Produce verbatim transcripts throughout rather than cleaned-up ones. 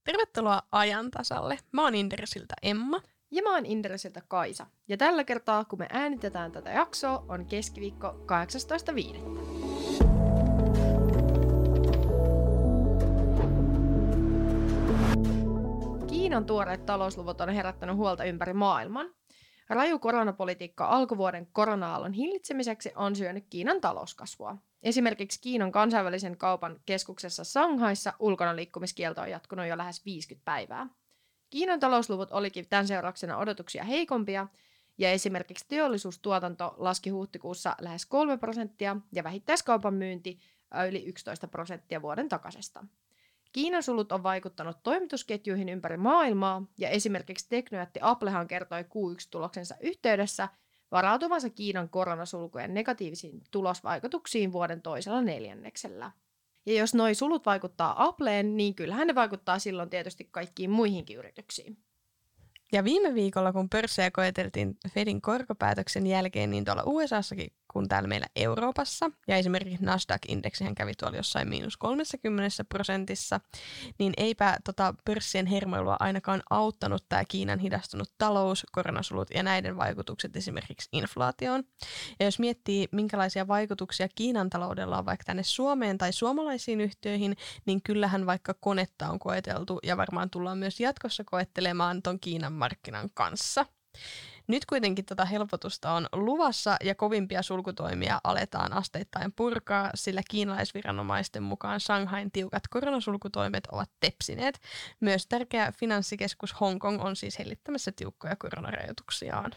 Tervetuloa ajan tasalle. Mä oon Inderesiltä Emma. Ja mä oon Inderesiltä Kaisa. Ja tällä kertaa, kun me äänitetään tätä jaksoa, on keskiviikko kahdeksastoista viidettä. Kiinan tuoreet talousluvut on herättänyt huolta ympäri maailman. Raju koronapolitiikka alkuvuoden korona-aallon hillitsemiseksi on syönyt Kiinan talouskasvua. Esimerkiksi Kiinan kansainvälisen kaupan keskuksessa Shanghaissa ulkonaliikkumiskielto on jatkunut jo lähes viisikymmentä päivää. Kiinan talousluvut olikin tämän seurauksena odotuksia heikompia, ja esimerkiksi teollisuustuotanto laski huhtikuussa lähes kolme prosenttia ja vähittäiskaupan myynti yli yksitoista prosenttia vuoden takaisesta. Kiinan sulut on vaikuttanut toimitusketjuihin ympäri maailmaa, ja esimerkiksi teknojätti Applehan kertoi Q yksi-tuloksensa yhteydessä varautuvansa Kiinan koronasulkujen negatiivisiin tulosvaikutuksiin vuoden toisella neljänneksellä. Ja jos noi sulut vaikuttaa Appleen, niin kyllähän ne vaikuttaa silloin tietysti kaikkiin muihinkin yrityksiin. Ja viime viikolla, kun pörssejä koeteltiin Fedin korkopäätöksen jälkeen, niin tuolla U S A:ssakin kuin täällä meillä Euroopassa, ja esimerkiksi Nasdaq-indeksihän kävi tuolla jossain miinus kolmekymmentä prosentissa, niin eipä tota pörssien hermoilua ainakaan auttanut tämä Kiinan hidastunut talous, koronasulut ja näiden vaikutukset esimerkiksi inflaatioon. Ja jos miettii, minkälaisia vaikutuksia Kiinan taloudella on vaikka tänne Suomeen tai suomalaisiin yhtiöihin, niin kyllähän vaikka konetta on koeteltu ja varmaan tullaan myös jatkossa koettelemaan ton Kiinan markkinan kanssa. Nyt kuitenkin tätä helpotusta on luvassa ja kovimpia sulkutoimia aletaan asteittain purkaa, sillä kiinalaisviranomaisten mukaan Shanghain tiukat koronasulkutoimet ovat tepsineet. Myös tärkeä finanssikeskus Hongkong on siis hellittämässä tiukkoja koronarajoituksiaan.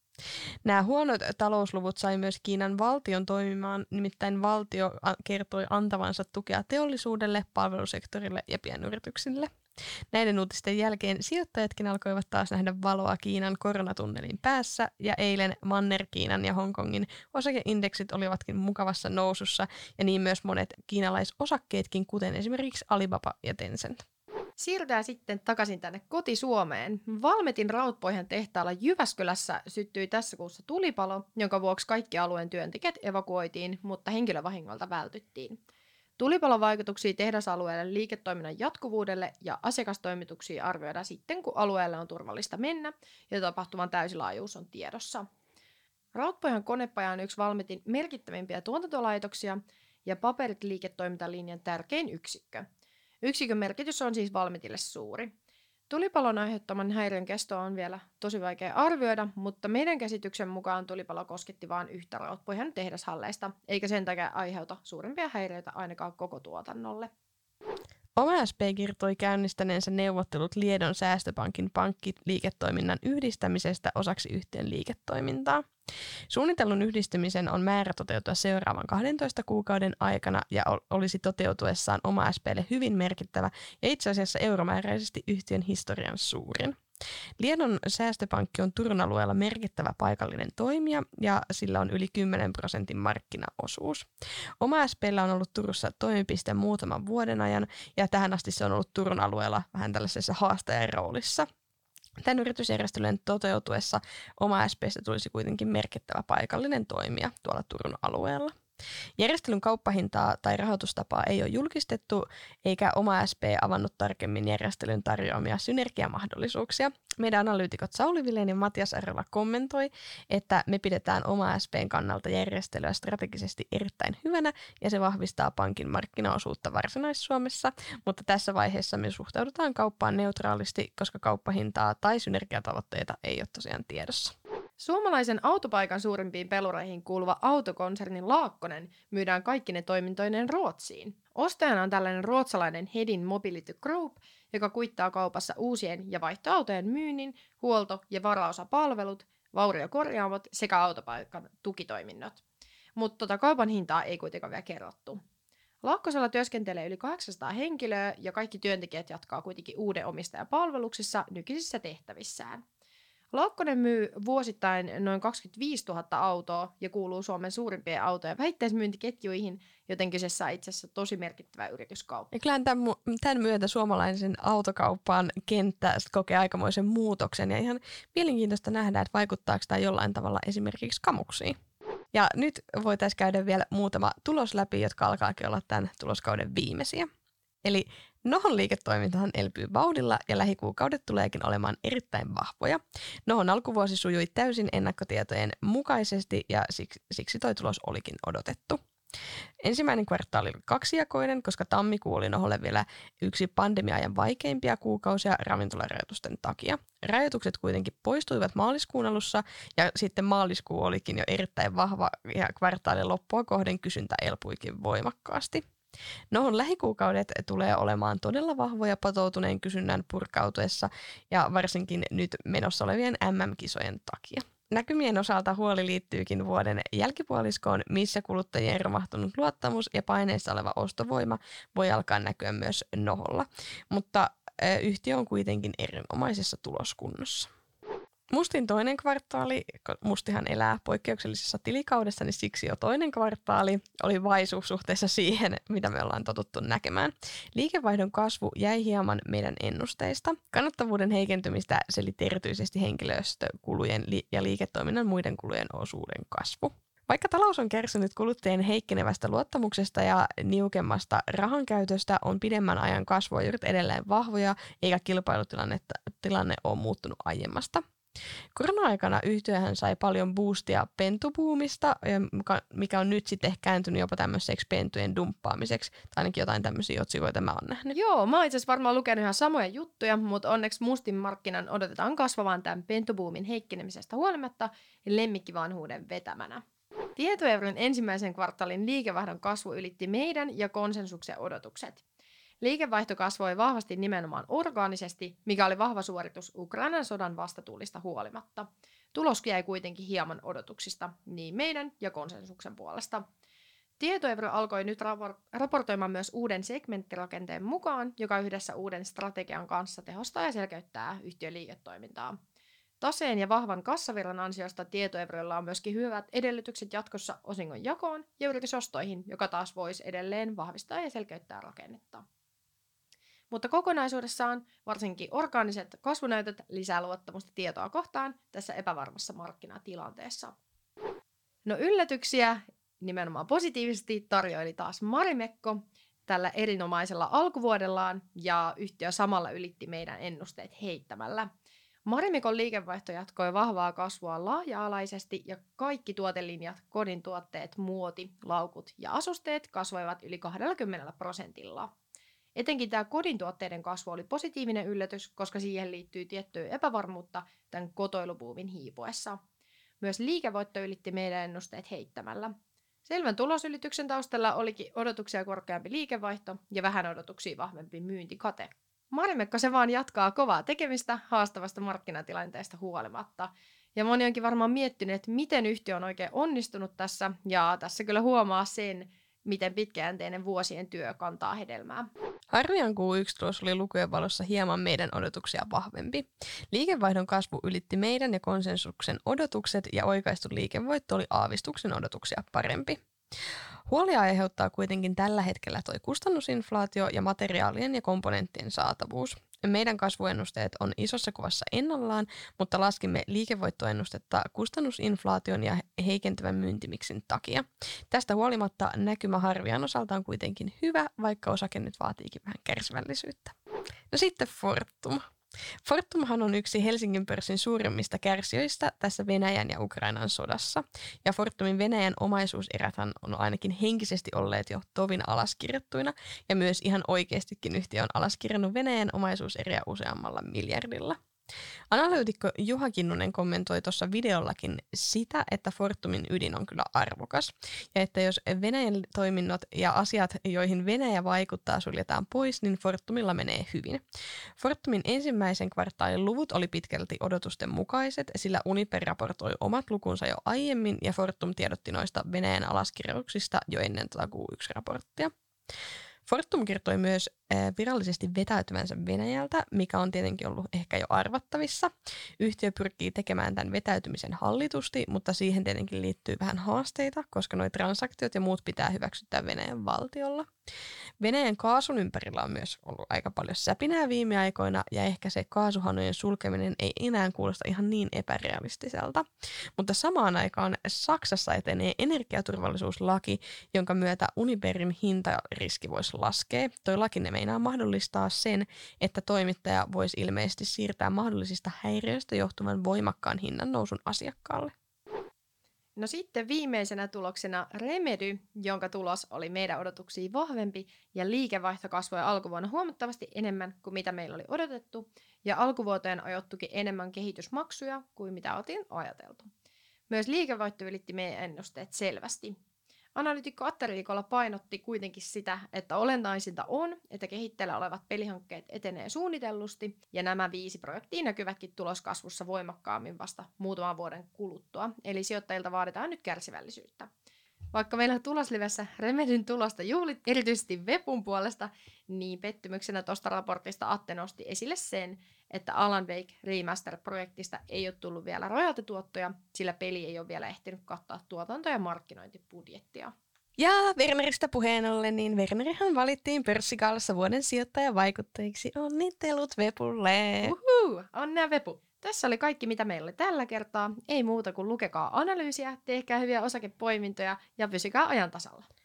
Nämä huonot talousluvut sai myös Kiinan valtion toimimaan, nimittäin valtio kertoi antavansa tukea teollisuudelle, palvelusektorille ja pienyrityksille. Näiden uutisten jälkeen sijoittajatkin alkoivat taas nähdä valoa Kiinan koronatunnelin päässä, ja eilen Manner-Kiinan ja Hongkongin osakeindeksit olivatkin mukavassa nousussa, ja niin myös monet kiinalaisosakkeetkin, kuten esimerkiksi Alibaba ja Tencent. Siirrytään sitten takaisin tänne koti-Suomeen. Valmetin Rautpohjan tehtaalla Jyväskylässä syttyi tässä kuussa tulipalo, jonka vuoksi kaikki alueen työntekijät evakuoitiin, mutta henkilövahingolta vältyttiin. Tulipalon vaikutuksia tehdasalueelle, liiketoiminnan jatkuvuudelle ja asiakastoimituksiin arvioidaan sitten, kun alueelle on turvallista mennä ja tapahtuman täysilaajuus on tiedossa. Rautpohjan konepaja on yksi Valmetin merkittävimpiä tuotantolaitoksia ja paperit liiketoimintalinjan tärkein yksikkö. Yksikön merkitys on siis Valmetille suuri. Tulipalon aiheuttaman häiriön kestoa on vielä tosi vaikea arvioida, mutta meidän käsityksen mukaan tulipalo kosketti vain yhtä Rautpohjan tehdashalleista, eikä sen takia aiheuta suurimpia häiriöitä ainakaan koko tuotannolle. Oma S P kertoi käynnistäneensä neuvottelut Liedon säästöpankin pankkiliiketoiminnan yhdistämisestä osaksi yhteen liiketoimintaa. Suunnitellun yhdistymisen on määrä toteutua seuraavan kahdentoista kuukauden aikana ja olisi toteutuessaan Oma S P:lle hyvin merkittävä ja itse asiassa euromääräisesti yhtiön historian suurin. Liedon säästöpankki on Turun alueella merkittävä paikallinen toimija ja sillä on yli kymmenen prosentin markkinaosuus. Oma S P:llä on ollut Turussa toimipiste muutaman vuoden ajan ja tähän asti se on ollut Turun alueella vähän tällaisessa haastajan roolissa. Tämän yritysjärjestelyn toteutuessa Oma S P:stä tulisi kuitenkin merkittävä paikallinen toimija tuolla Turun alueella. Järjestelyn kauppahintaa tai rahoitustapaa ei ole julkistettu, eikä Oma S P avannut tarkemmin järjestelyn tarjoamia synergiamahdollisuuksia. Meidän analyytikot Sauli Vilén ja Matias Arjola kommentoi, että me pidetään Oma S P:n kannalta järjestelyä strategisesti erittäin hyvänä ja se vahvistaa pankin markkinaosuutta Varsinais-Suomessa, mutta tässä vaiheessa me suhtaudutaan kauppaan neutraalisti, koska kauppahintaa tai synergiatavoitteita ei ole tosiaan tiedossa. Suomalaisen autopaikan suurimpiin pelureihin kuuluva autokonsernin Laakkonen myydään kaikkine toimintoineen Ruotsiin. Ostajana on tällainen ruotsalainen Hedin Mobility Group, joka kuittaa kaupassa uusien ja vaihtoautojen myynnin, huolto- ja varaosapalvelut, vauriokorjaamot sekä autopaikan tukitoiminnot. Mutta tota kaupan hintaa ei kuitenkaan vielä kerrottu. Laakkosella työskentelee yli kahdeksansataa henkilöä ja kaikki työntekijät jatkaa kuitenkin uuden omistajan palveluksissa nykyisissä tehtävissään. Laakkonen myy vuosittain noin kaksikymmentäviisituhatta autoa ja kuuluu Suomen suurimpien autojen vähittäismyyntiketjuihin, joten kyseessä on itse asiassa tosi merkittävä yrityskauppa. Ja kyllä tämän, tämän myötä suomalaisen autokauppaan kenttä kokee aikamoisen muutoksen ja ihan mielenkiintoista nähdä, että vaikuttaako tämä jollain tavalla esimerkiksi Kamuksiin. Ja nyt voitaisiin käydä vielä muutama tulos läpi, jotka alkaakin olla tämän tuloskauden viimeisiä. Eli Nohon liiketoimintahan elpyy vauhdilla ja lähikuukaudet tuleekin olemaan erittäin vahvoja. Nohon alkuvuosi sujui täysin ennakkotietojen mukaisesti ja siksi, siksi toi tulos olikin odotettu. Ensimmäinen kvartaali oli kaksijakoinen, koska tammikuu oli Noholle vielä yksi pandemia-ajan vaikeimpia kuukausia ravintolarajoitusten takia. Rajoitukset kuitenkin poistuivat maaliskuun alussa ja sitten maaliskuu olikin jo erittäin vahva ja kvartaalin loppua kohden kysyntä elpuikin voimakkaasti. Nohon lähikuukaudet tulee olemaan todella vahvoja patoutuneen kysynnän purkautuessa ja varsinkin nyt menossa olevien äm äm-kisojen takia. Näkymien osalta huoli liittyykin vuoden jälkipuoliskoon, missä kuluttajien romahtunut luottamus ja paineissa oleva ostovoima voi alkaa näkyä myös Noholla, mutta ö, yhtiö on kuitenkin erinomaisessa tuloskunnossa. Mustin toinen kvartaali, Mustihan elää poikkeuksellisessa tilikaudessa, niin siksi jo toinen kvartaali oli vaisu suhteessa siihen, mitä me ollaan totuttu näkemään. Liikevaihdon kasvu jäi hieman meidän ennusteista. Kannattavuuden heikentymistä selitti erityisesti henkilöstökulujen ja liiketoiminnan muiden kulujen osuuden kasvu. Vaikka talous on kärsinyt kuluttajien heikkenevästä luottamuksesta ja niukemmasta rahankäytöstä, on pidemmän ajan kasvuajurrit edelleen vahvoja, eikä kilpailutilanne ole muuttunut aiemmasta. Korona-aikana yhtiöhän sai paljon boostia pentubuumista, mikä on nyt sitten kääntynyt jopa tämmöiseksi pentujen dumppaamiseksi. Tai ainakin jotain tämmöisiä otsikoita mä oon nähnyt. Joo, mä oon itse asiassa varmaan lukenut ihan samoja juttuja, mutta onneksi mustin markkinan odotetaan kasvavan tämän pentubuumin heikkenemisestä huolimatta ja lemmikkivanhuuden vetämänä. Tietoevron ensimmäisen kvartaalin liikevaihdon kasvu ylitti meidän ja konsensuksen odotukset. Liikevaihto kasvoi vahvasti nimenomaan orgaanisesti, mikä oli vahva suoritus Ukrainan sodan vastatuulista huolimatta. Tulos jäi kuitenkin hieman odotuksista niin meidän ja konsensuksen puolesta. Tietoevro alkoi nyt raportoimaan myös uuden segmenttirakenteen mukaan, joka yhdessä uuden strategian kanssa tehostaa ja selkeyttää yhtiön liiketoimintaa. Taseen ja vahvan kassavirran ansiosta Tietoevroilla on myöskin hyvät edellytykset jatkossa osingon jakoon ja yritysostoihin, joka taas voisi edelleen vahvistaa ja selkeyttää rakennetta. Mutta kokonaisuudessaan varsinkin orgaaniset kasvunäytöt lisää luottamusta tietoa kohtaan tässä epävarmassa markkinatilanteessa. No yllätyksiä nimenomaan positiivisesti tarjoili taas Marimekko tällä erinomaisella alkuvuodellaan ja yhtiö samalla ylitti meidän ennusteet heittämällä. Marimekon liikevaihto jatkoi vahvaa kasvua laaja-alaisesti ja kaikki tuotelinjat, kodin tuotteet, muoti, laukut ja asusteet kasvoivat yli kaksikymmentä prosentilla. Etenkin tämä kodin tuotteiden kasvu oli positiivinen yllätys, koska siihen liittyy tiettyä epävarmuutta tämän kotoilubuumin hiipuessa. Myös liikevoitto ylitti meidän ennusteet heittämällä. Selvän tulosylityksen taustalla olikin odotuksia korkeampi liikevaihto ja vähän odotuksia vahvempi myyntikate. Marimekko se vaan jatkaa kovaa tekemistä haastavasta markkinatilanteesta huolimatta. Ja moni onkin varmaan miettinyt, että miten yhtiö on oikein onnistunut tässä, ja tässä kyllä huomaa sen, miten pitkäjänteinen vuosien työ kantaa hedelmää. Harvian Q yksi-tulos oli lukujen valossa hieman meidän odotuksia vahvempi. Liikevaihdon kasvu ylitti meidän ja konsensuksen odotukset ja oikaistu liikevoitto oli aavistuksen odotuksia parempi. Huolia aiheuttaa kuitenkin tällä hetkellä toi kustannusinflaatio ja materiaalien ja komponenttien saatavuus. Meidän kasvuennusteet on isossa kuvassa ennallaan, mutta laskimme liikevoittoennustetta kustannusinflaation ja heikentävän myyntimiksin takia. Tästä huolimatta näkymä Harvian osalta on kuitenkin hyvä, vaikka osake nyt vaatiikin vähän kärsivällisyyttä. No sitten Fortum. Fortumhan on yksi Helsingin pörssin suurimmista kärsijöistä tässä Venäjän ja Ukrainan sodassa. Ja Fortumin Venäjän omaisuuseräthän on ainakin henkisesti olleet jo tovin alaskirjattuina, ja myös ihan oikeastikin yhtiö on alaskirjannut Venäjän omaisuuseriä useammalla miljardilla. Analyytikko Juha Kinnunen kommentoi tuossa videollakin sitä, että Fortumin ydin on kyllä arvokas, ja että jos Venäjän toiminnot ja asiat, joihin Venäjä vaikuttaa, suljetaan pois, niin Fortumilla menee hyvin. Fortumin ensimmäisen kvartaalin luvut oli pitkälti odotusten mukaiset, sillä Uniper raportoi omat lukunsa jo aiemmin, ja Fortum tiedotti noista Venäjän alaskirjauksista jo ennen tuota Q yksi-raporttia. Fortum kertoi myös virallisesti vetäytyvänsä Venäjältä, mikä on tietenkin ollut ehkä jo arvattavissa. Yhtiö pyrkii tekemään tämän vetäytymisen hallitusti, mutta siihen tietenkin liittyy vähän haasteita, koska nuo transaktiot ja muut pitää hyväksyttää Venäjän valtiolla. Venäjän kaasun ympärillä on myös ollut aika paljon säpinää viime aikoina, ja ehkä se kaasuhanojen sulkeminen ei enää kuulosta ihan niin epärealistiselta. Mutta samaan aikaan Saksassa etenee energiaturvallisuuslaki, jonka myötä Uniperin hintariski voisi laskea. Toi laki ne meinaa mahdollistaa sen, että toimittaja voisi ilmeisesti siirtää mahdollisista häiriöistä johtuvan voimakkaan hinnan nousun asiakkaalle. No sitten viimeisenä tuloksena Remedy, jonka tulos oli meidän odotuksia vahvempi ja liikevaihto kasvoi alkuvuonna huomattavasti enemmän kuin mitä meillä oli odotettu ja alkuvuoteen ajoittukin enemmän kehitysmaksuja kuin mitä oltiin ajateltu. Myös liikevaihto ylitti meidän ennusteet selvästi. Analyytikko Atteriikolla painotti kuitenkin sitä, että olennaisinta on, että kehitteillä olevat pelihankkeet etenee suunnitellusti, ja nämä viisi projektia näkyvätkin tuloskasvussa voimakkaammin vasta muutaman vuoden kuluttua, eli sijoittajilta vaaditaan nyt kärsivällisyyttä. Vaikka meillä tuloslivessä Remedyn tulosta juhlit erityisesti Vepun puolesta, niin pettymyksenä tuosta raportista Atte nosti esille sen, että Alan Wake Remaster-projektista ei ole tullut vielä rojaltituottoja, sillä peli ei ole vielä ehtinyt kattaa tuotanto- ja markkinointibudjettia. Ja Werneristä puheen ollen, niin Wernerihan valittiin pörssikaalassa vuoden sijoittajavaikuttajiksi. Onnittelut Vepulle! Uhu, onnea Vepu! Tässä oli kaikki, mitä meillä oli tällä kertaa. Ei muuta kuin lukekaa analyysiä, tehkää hyviä osakepoimintoja ja pysykää ajan tasalla.